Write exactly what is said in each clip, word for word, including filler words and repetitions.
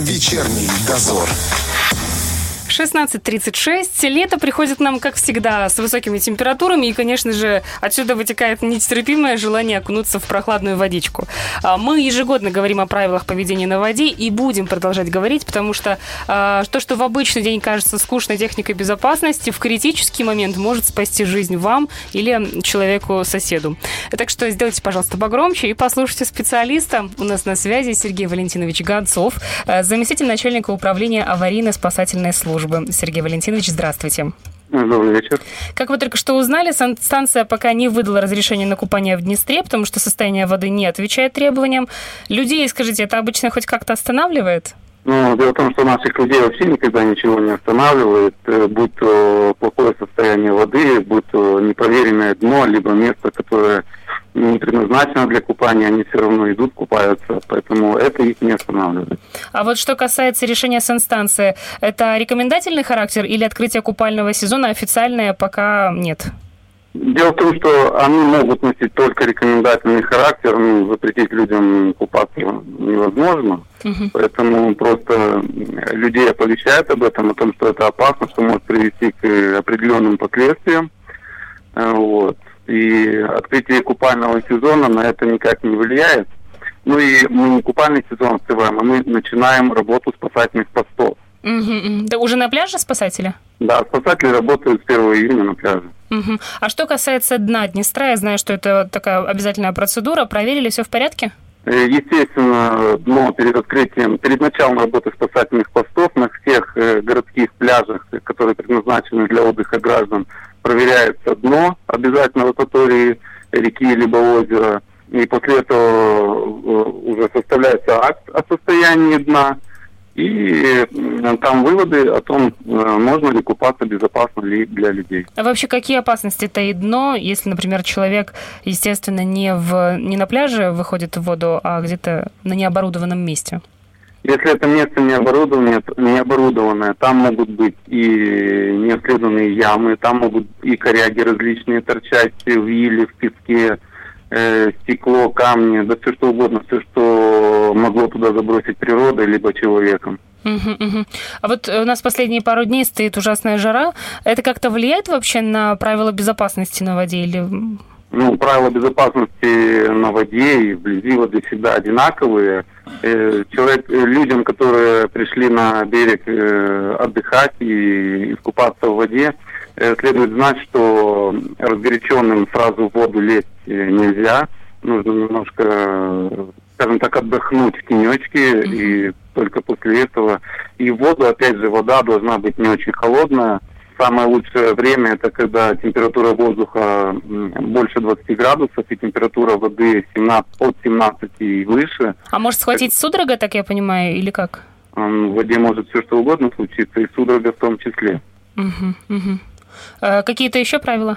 Вечерний дозор. шестнадцать тридцать шесть. Лето приходит нам, как всегда, с высокими температурами, и, конечно же, отсюда вытекает нетерпимое желание окунуться в прохладную водичку. Мы ежегодно говорим о правилах поведения на воде и будем продолжать говорить, потому что то, что в обычный день кажется скучной техникой безопасности, в критический момент может спасти жизнь вам или человеку-соседу. Так что сделайте, пожалуйста, погромче и послушайте специалиста. У нас на связи Сергей Валентинович Гонцов, заместитель начальника управления аварийно-спасательной службы. Сергей Валентинович, здравствуйте. Добрый вечер. Как вы только что узнали, санстанция пока не выдала разрешение на купание в Днестре, потому что состояние воды не отвечает требованиям. Людей, скажите, это обычно хоть как-то останавливает? Ну, дело в том, что наших людей вообще никогда ничего не останавливает, будь то плохое состояние воды, будь то непроверенное дно, либо место, которое не предназначено для купания, они все равно идут, купаются, поэтому это их не останавливает. А вот что касается решения санстанции, это рекомендательный характер или открытие купального сезона официальное пока нет? Дело в том, что они могут носить только рекомендательный характер, ну, запретить людям купаться невозможно, uh-huh. Поэтому просто людей оповещают об этом, о том, что это опасно, что может привести к определенным последствиям, вот. И открытие купального сезона на это никак не влияет. Ну и мы не купальный сезон открываем, а мы начинаем работу спасательных постов. Uh-huh. Да уже на пляже спасатели? Да, спасатели работают с первого июня на пляже. Uh-huh. А что касается дна Днестра, я знаю, что это такая обязательная процедура. Проверили, все в порядке? Естественно, но перед открытием, перед началом работы спасательных постов на всех э, городских пляжах, которые предназначены для отдыха граждан, проверяется дно обязательно в акватории реки либо озера. И после этого э, уже составляется акт о состоянии дна. И э, там выводы о том, э, можно ли купаться, безопасно ли для людей. А вообще какие опасности таит дно, если, например, человек, естественно, не, в, не на пляже выходит в воду, а где-то на необорудованном месте? Если это место не оборудованное, не оборудованное, там могут быть и необследованные ямы, там могут и коряги различные торчать в иле, в песке, э, стекло, камни, да все что угодно, все, что могло туда забросить природой либо человеком. Uh-huh, uh-huh. А вот у нас последние пару дней стоит ужасная жара. Это как-то влияет вообще на правила безопасности на воде или... Ну, правила безопасности на воде и вблизи воды всегда одинаковые. Э, человек, людям, которые пришли на берег э, отдыхать и искупаться в воде, э, следует знать, что разгоряченным сразу в воду лезть нельзя. Нужно немножко, скажем так, отдохнуть в тенечке, mm-hmm. и только после этого. И в воду, опять же, вода должна быть не очень холодная. Самое лучшее время – это когда температура воздуха больше двадцати градусов и температура воды семнадцать, от семнадцати и выше. А может схватить судорога, так я понимаю, или как? В воде может все что угодно случиться, и судорога в том числе. Угу, угу. А какие-то еще правила?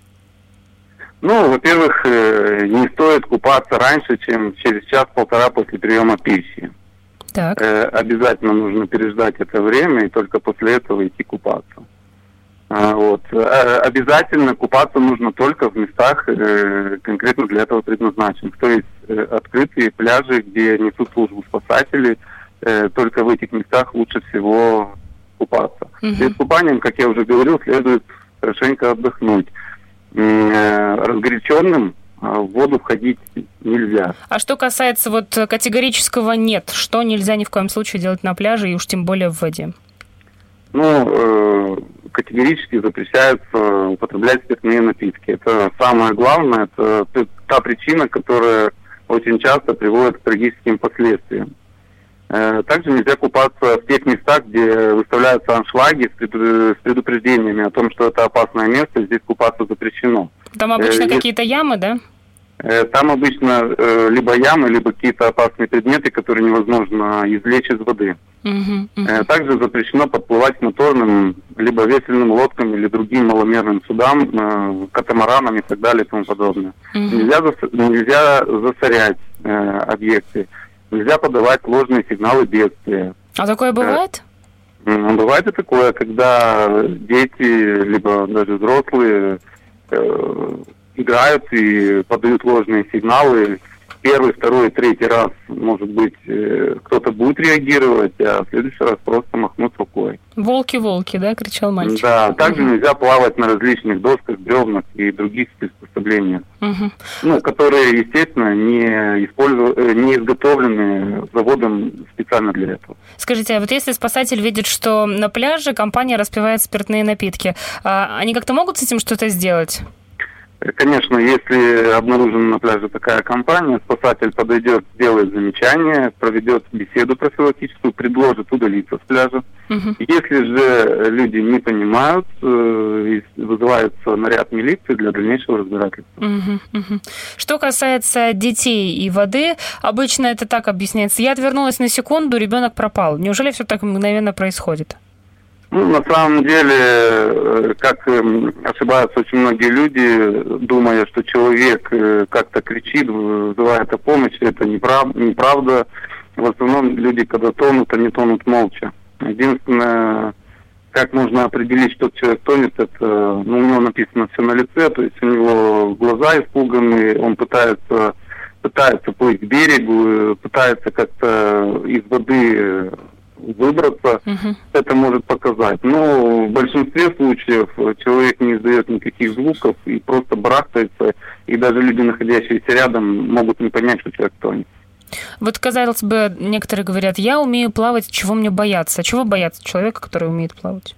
Ну, во-первых, не стоит купаться раньше, чем через час-полтора после приема пищи. Так. Обязательно нужно переждать это время и только после этого идти купаться. Вот. Обязательно купаться нужно только в местах, э, конкретно для этого предназначенных. То есть э, открытые пляжи, где несут службу спасатели, э, только в этих местах лучше всего купаться. Uh-huh. Перед купанием, как я уже говорил, следует хорошенько отдохнуть. Э, разгоряченным в воду входить нельзя. А что касается вот категорического «нет», что нельзя ни в коем случае делать на пляже и уж тем более в воде? Ну, э, категорически запрещается употреблять спиртные напитки. Это самое главное, это та причина, которая очень часто приводит к трагическим последствиям. Э, также нельзя купаться в тех местах, где выставляются аншлаги с, пред, с предупреждениями о том, что это опасное место, здесь купаться запрещено. Там обычно э, какие-то есть... ямы, да? Там обычно э, либо ямы, либо какие-то опасные предметы, которые невозможно извлечь из воды. Uh-huh, uh-huh. Э, также запрещено подплывать моторным, либо весельным лодкам или другим маломерным судам, э, катамаранам и так далее и тому подобное. Uh-huh. Нельзя, зас... нельзя засорять э, объекты, нельзя подавать ложные сигналы бедствия. А такое бывает? Э, бывает и такое, когда дети, либо даже взрослые... Э, играют и подают ложные сигналы, первый, второй, третий раз, может быть, кто-то будет реагировать, а в следующий раз просто махнуть рукой. Волки-волки, да, кричал мальчик? Да, также угу. нельзя плавать на различных досках, бревнах и других приспособлениях, угу. ну, которые, естественно, не, использу... не изготовлены заводом специально для этого. Скажите, а вот если спасатель видит, что на пляже компания распивает спиртные напитки, они как-то могут с этим что-то сделать? Конечно, если обнаружена на пляже такая компания, спасатель подойдет, сделает замечание, проведет беседу профилактическую, предложит удалиться с пляжа. Угу. Если же люди не понимают, вызывается наряд милиции для дальнейшего разбирательства. Угу, угу. Что касается детей и воды, обычно это так объясняется. Я отвернулась на секунду, ребенок пропал. Неужели все так мгновенно происходит? Ну, на самом деле, как ошибаются очень многие люди, думая, что человек как-то кричит, вызывает о помощи, это неправда. неправда. В основном люди, когда тонут, они тонут молча. Единственное, как можно определить, что человек тонет, это, ну, у него написано все на лице, то есть у него глаза испуганные, он пытается, пытается плыть к берегу, пытается как-то из воды выбраться, uh-huh. это может показать. Но в большинстве случаев человек не издает никаких звуков и просто барахтается, и даже люди, находящиеся рядом, могут не понять, что человек тонет. Вот, казалось бы, некоторые говорят, я умею плавать, чего мне бояться? Чего бояться человека, который умеет плавать?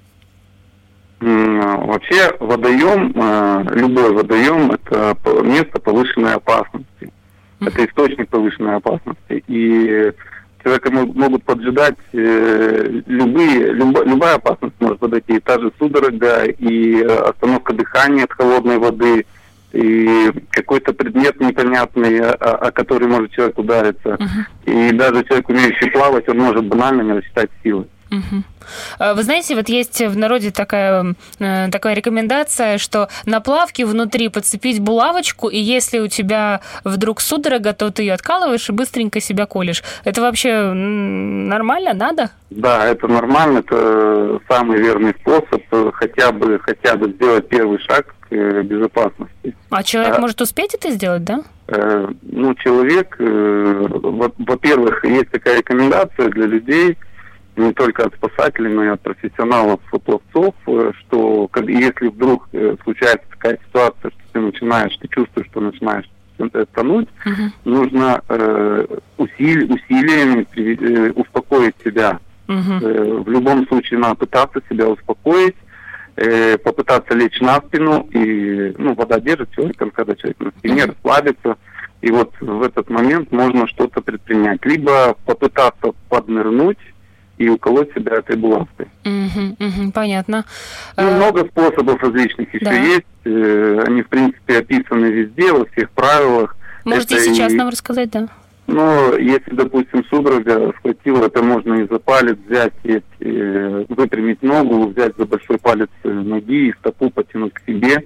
Вообще водоем, любой водоем, это место повышенной опасности. Uh-huh. Это источник повышенной опасности. И человека могут поджидать э, любые, любо, любая опасность может подойти, и та же судорога, и остановка дыхания от холодной воды, и какой-то предмет непонятный, о, о который может человек удариться. Uh-huh. И даже человек, умеющий плавать, он может банально не рассчитать силы. Uh-huh. Вы знаете, вот есть в народе такая, такая рекомендация, что на плавке внутри подцепить булавочку, и если у тебя вдруг судорога, то ты ее откалываешь и быстренько себя колешь. Это вообще нормально, надо? Да, это нормально, это самый верный способ хотя бы, хотя бы сделать первый шаг к безопасности. А человек а, может успеть это сделать, да? Э, ну, человек, э, во-первых, есть такая рекомендация для людей, не только от спасателей, но и от профессионалов, пловцов, что если вдруг случается такая ситуация, что ты начинаешь, ты чувствуешь, что начинаешь тонуть, uh-huh. нужно э, усили, усилиями э, успокоить себя. Uh-huh. Э, в любом случае надо пытаться себя успокоить, э, попытаться лечь на спину, и ну, вода держит человека, когда человек на спине uh-huh. расслабится, и вот в этот момент можно что-то предпринять. Либо попытаться поднырнуть и уколоть себя этой булавкой. Угу, угу, понятно. Ну, много способов различных еще да. есть. Они, в принципе, описаны везде, во всех правилах. Можете это сейчас и... нам рассказать, да? Ну, если, допустим, судорога схватила, это можно и за палец взять, и, и, выпрямить ногу, взять за большой палец ноги и стопу потянуть к себе.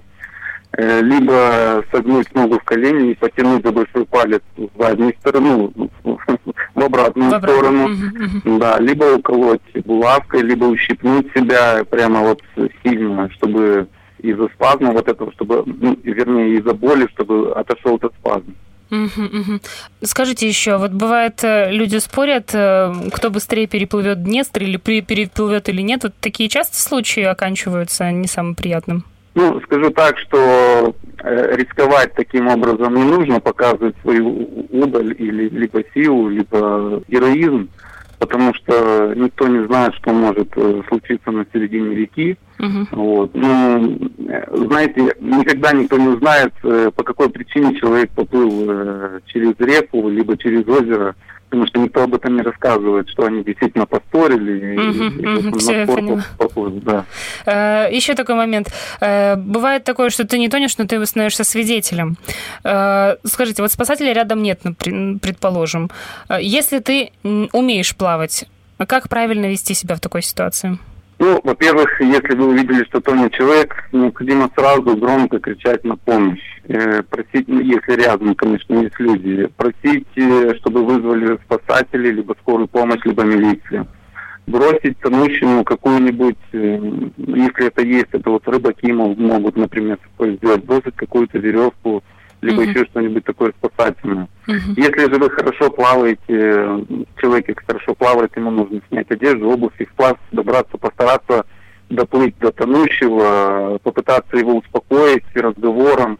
Либо согнуть ногу в колени и потянуть за большой палец в заднюю сторону, в обратную в сторону, uh-huh, uh-huh. да, либо уколоть булавкой, либо ущипнуть себя прямо вот сильно, чтобы из-за спазма вот этого, чтобы, ну, вернее, из-за боли, чтобы отошел этот спазм. Uh-huh, uh-huh. Скажите еще, вот бывает, люди спорят, кто быстрее переплывет Днестр или переплывет или нет, вот такие часто случаи оканчиваются не самым приятным? Ну, скажу так, что э, рисковать таким образом не нужно, показывать свою удаль или либо силу, либо героизм, потому что никто не знает, что может э, случиться на середине реки. Uh-huh. Вот. Ну, знаете, никогда никто не знает, э, по какой причине человек поплыл э, через реку, либо через озеро, потому что никто об этом не рассказывает, что они действительно поспорили. Uh-huh, и, uh-huh, все, я поняла. Поплыл, да. uh, еще такой момент. Uh, бывает такое, что ты не тонешь, но ты становишься свидетелем. Uh, скажите, вот спасателя рядом нет, предположим. Uh, если ты умеешь плавать, как правильно вести себя в такой ситуации? Ну, во-первых, если вы увидели, что тонет человек, необходимо сразу громко кричать на помощь. Э, просить, если рядом, конечно, есть люди, просить, чтобы вызвали спасателей, либо скорую помощь, либо милицию. Бросить тонущему какую-нибудь, э, если это есть, это вот рыбаки могут, например, такое сделать, бросить какую-то веревку либо uh-huh. еще что-нибудь такое спасательное. Uh-huh. Если же вы хорошо плаваете, человек хорошо плавает, ему нужно снять одежду, обувь и вплавь, добраться, постараться доплыть до тонущего, попытаться его успокоить разговором.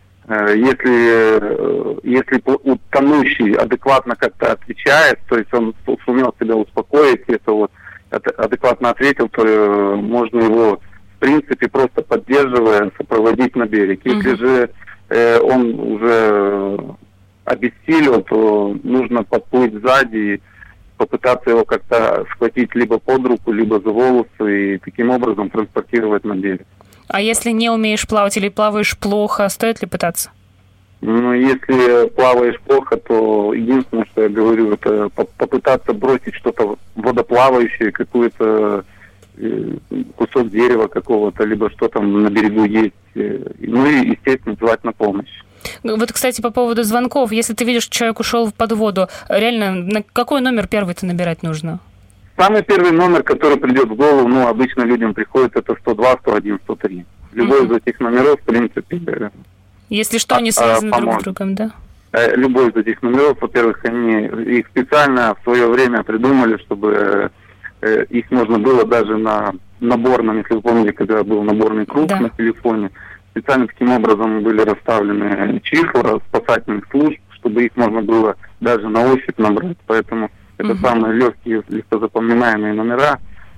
Если, если тонущий адекватно как-то отвечает, то есть он сумел себя успокоить, это вот адекватно ответил, то можно его, в принципе, просто поддерживая, сопроводить на берег. Если mm-hmm. же э, он уже обессилел, то нужно подплыть сзади и попытаться его как-то схватить либо под руку, либо за волосы и таким образом транспортировать на берег. А если не умеешь плавать или плаваешь плохо, стоит ли пытаться? Ну, если плаваешь плохо, то единственное, что я говорю, это попытаться бросить что-то водоплавающее, какой-то кусок дерева какого-то, либо что там на берегу есть. Ну и, естественно, звать на помощь. Вот, кстати, по поводу звонков. Если ты видишь, что человек ушел под воду, реально, на какой номер первый-то набирать нужно? Самый первый номер, который придет в голову, ну, обычно людям приходит, это сто два, сто один, сто три. Любой mm-hmm. из этих номеров, в принципе... Если что, они связаны а, друг с другом, да? Любой из этих номеров, во-первых, они их специально в свое время придумали, чтобы э, их можно было даже на наборном, если вы помните, когда был наборный круг да. на телефоне, специально таким образом были расставлены числа спасательных служб, чтобы их можно было даже на ощупь набрать. Поэтому это угу. самые легкие, легкозапоминаемые номера.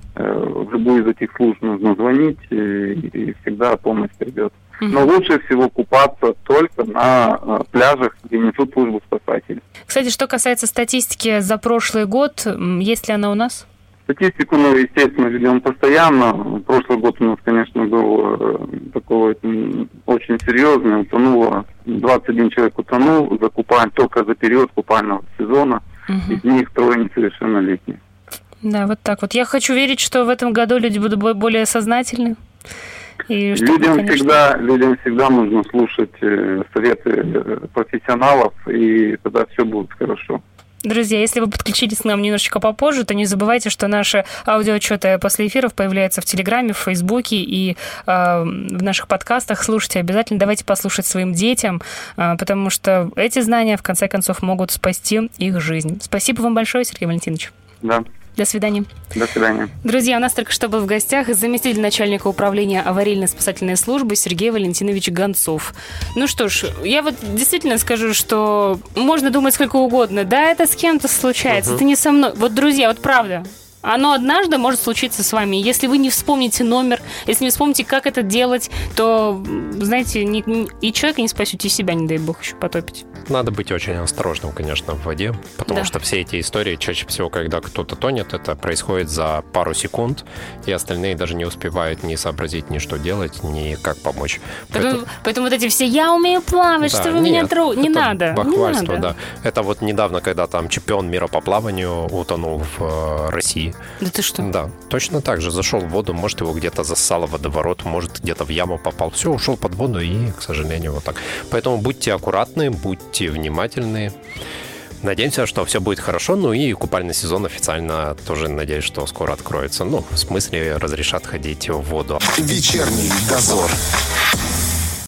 В любую из этих служб нужно звонить, и, и всегда помощь придет. Uh-huh. Но лучше всего купаться только на пляжах, где несут службу спасателей. Кстати, что касается статистики за прошлый год, есть ли она у нас? Статистику мы, естественно, ведем постоянно. Прошлый год у нас, конечно, был такой очень серьезный. Утонуло, двадцать один человек утонул за купание, только за период купального сезона. Uh-huh. Из них трое несовершеннолетних. Да, вот так вот. Я хочу верить, что в этом году люди будут более сознательны. И чтобы, людям, конечно... всегда, людям всегда нужно слушать э, советы профессионалов, и тогда все будет хорошо. Друзья, если вы подключились к нам немножечко попозже, то не забывайте, что наши аудиоотчеты после эфиров появляются в Телеграме, в Фейсбуке и э, в наших подкастах. Слушайте обязательно, давайте послушать своим детям, э, потому что эти знания, в конце концов, могут спасти их жизнь. Спасибо вам большое, Сергей Валентинович. Да. До свидания. До свидания. Друзья, у нас только что был в гостях заместитель начальника управления аварийно-спасательной службы Сергей Валентинович Гонцов. Ну что ж, я вот действительно скажу, что можно думать сколько угодно. Да, это с кем-то случается, uh-huh. это не со мной. Вот, друзья, вот правда. Оно однажды может случиться с вами. Если вы не вспомните номер, если не вспомните, как это делать, то, знаете, ни, ни, и человека не спасете, и себя, не дай бог, еще потопить. Надо быть очень осторожным, конечно, в воде, потому да. что все эти истории, чаще всего, когда кто-то тонет, это происходит за пару секунд, и остальные даже не успевают ни сообразить, ни что делать, ни как помочь. Поэтому, поэтому, поэтому вот эти все «я умею плавать, да, что вы нет, меня трогаете». Не надо. Бахвальство, не надо. Да. Это вот недавно, когда там чемпион мира по плаванию утонул в э, России. Да ты что? Да, точно так же. Зашел в воду, может, его где-то зассало в водоворот, может, где-то в яму попал. Все, ушел под воду и, к сожалению, вот так. Поэтому будьте аккуратны, будьте внимательны. Надеемся, что все будет хорошо. Ну и купальный сезон официально тоже, надеюсь, что скоро откроется. Ну, в смысле, разрешат ходить в воду. Вечерний дозор.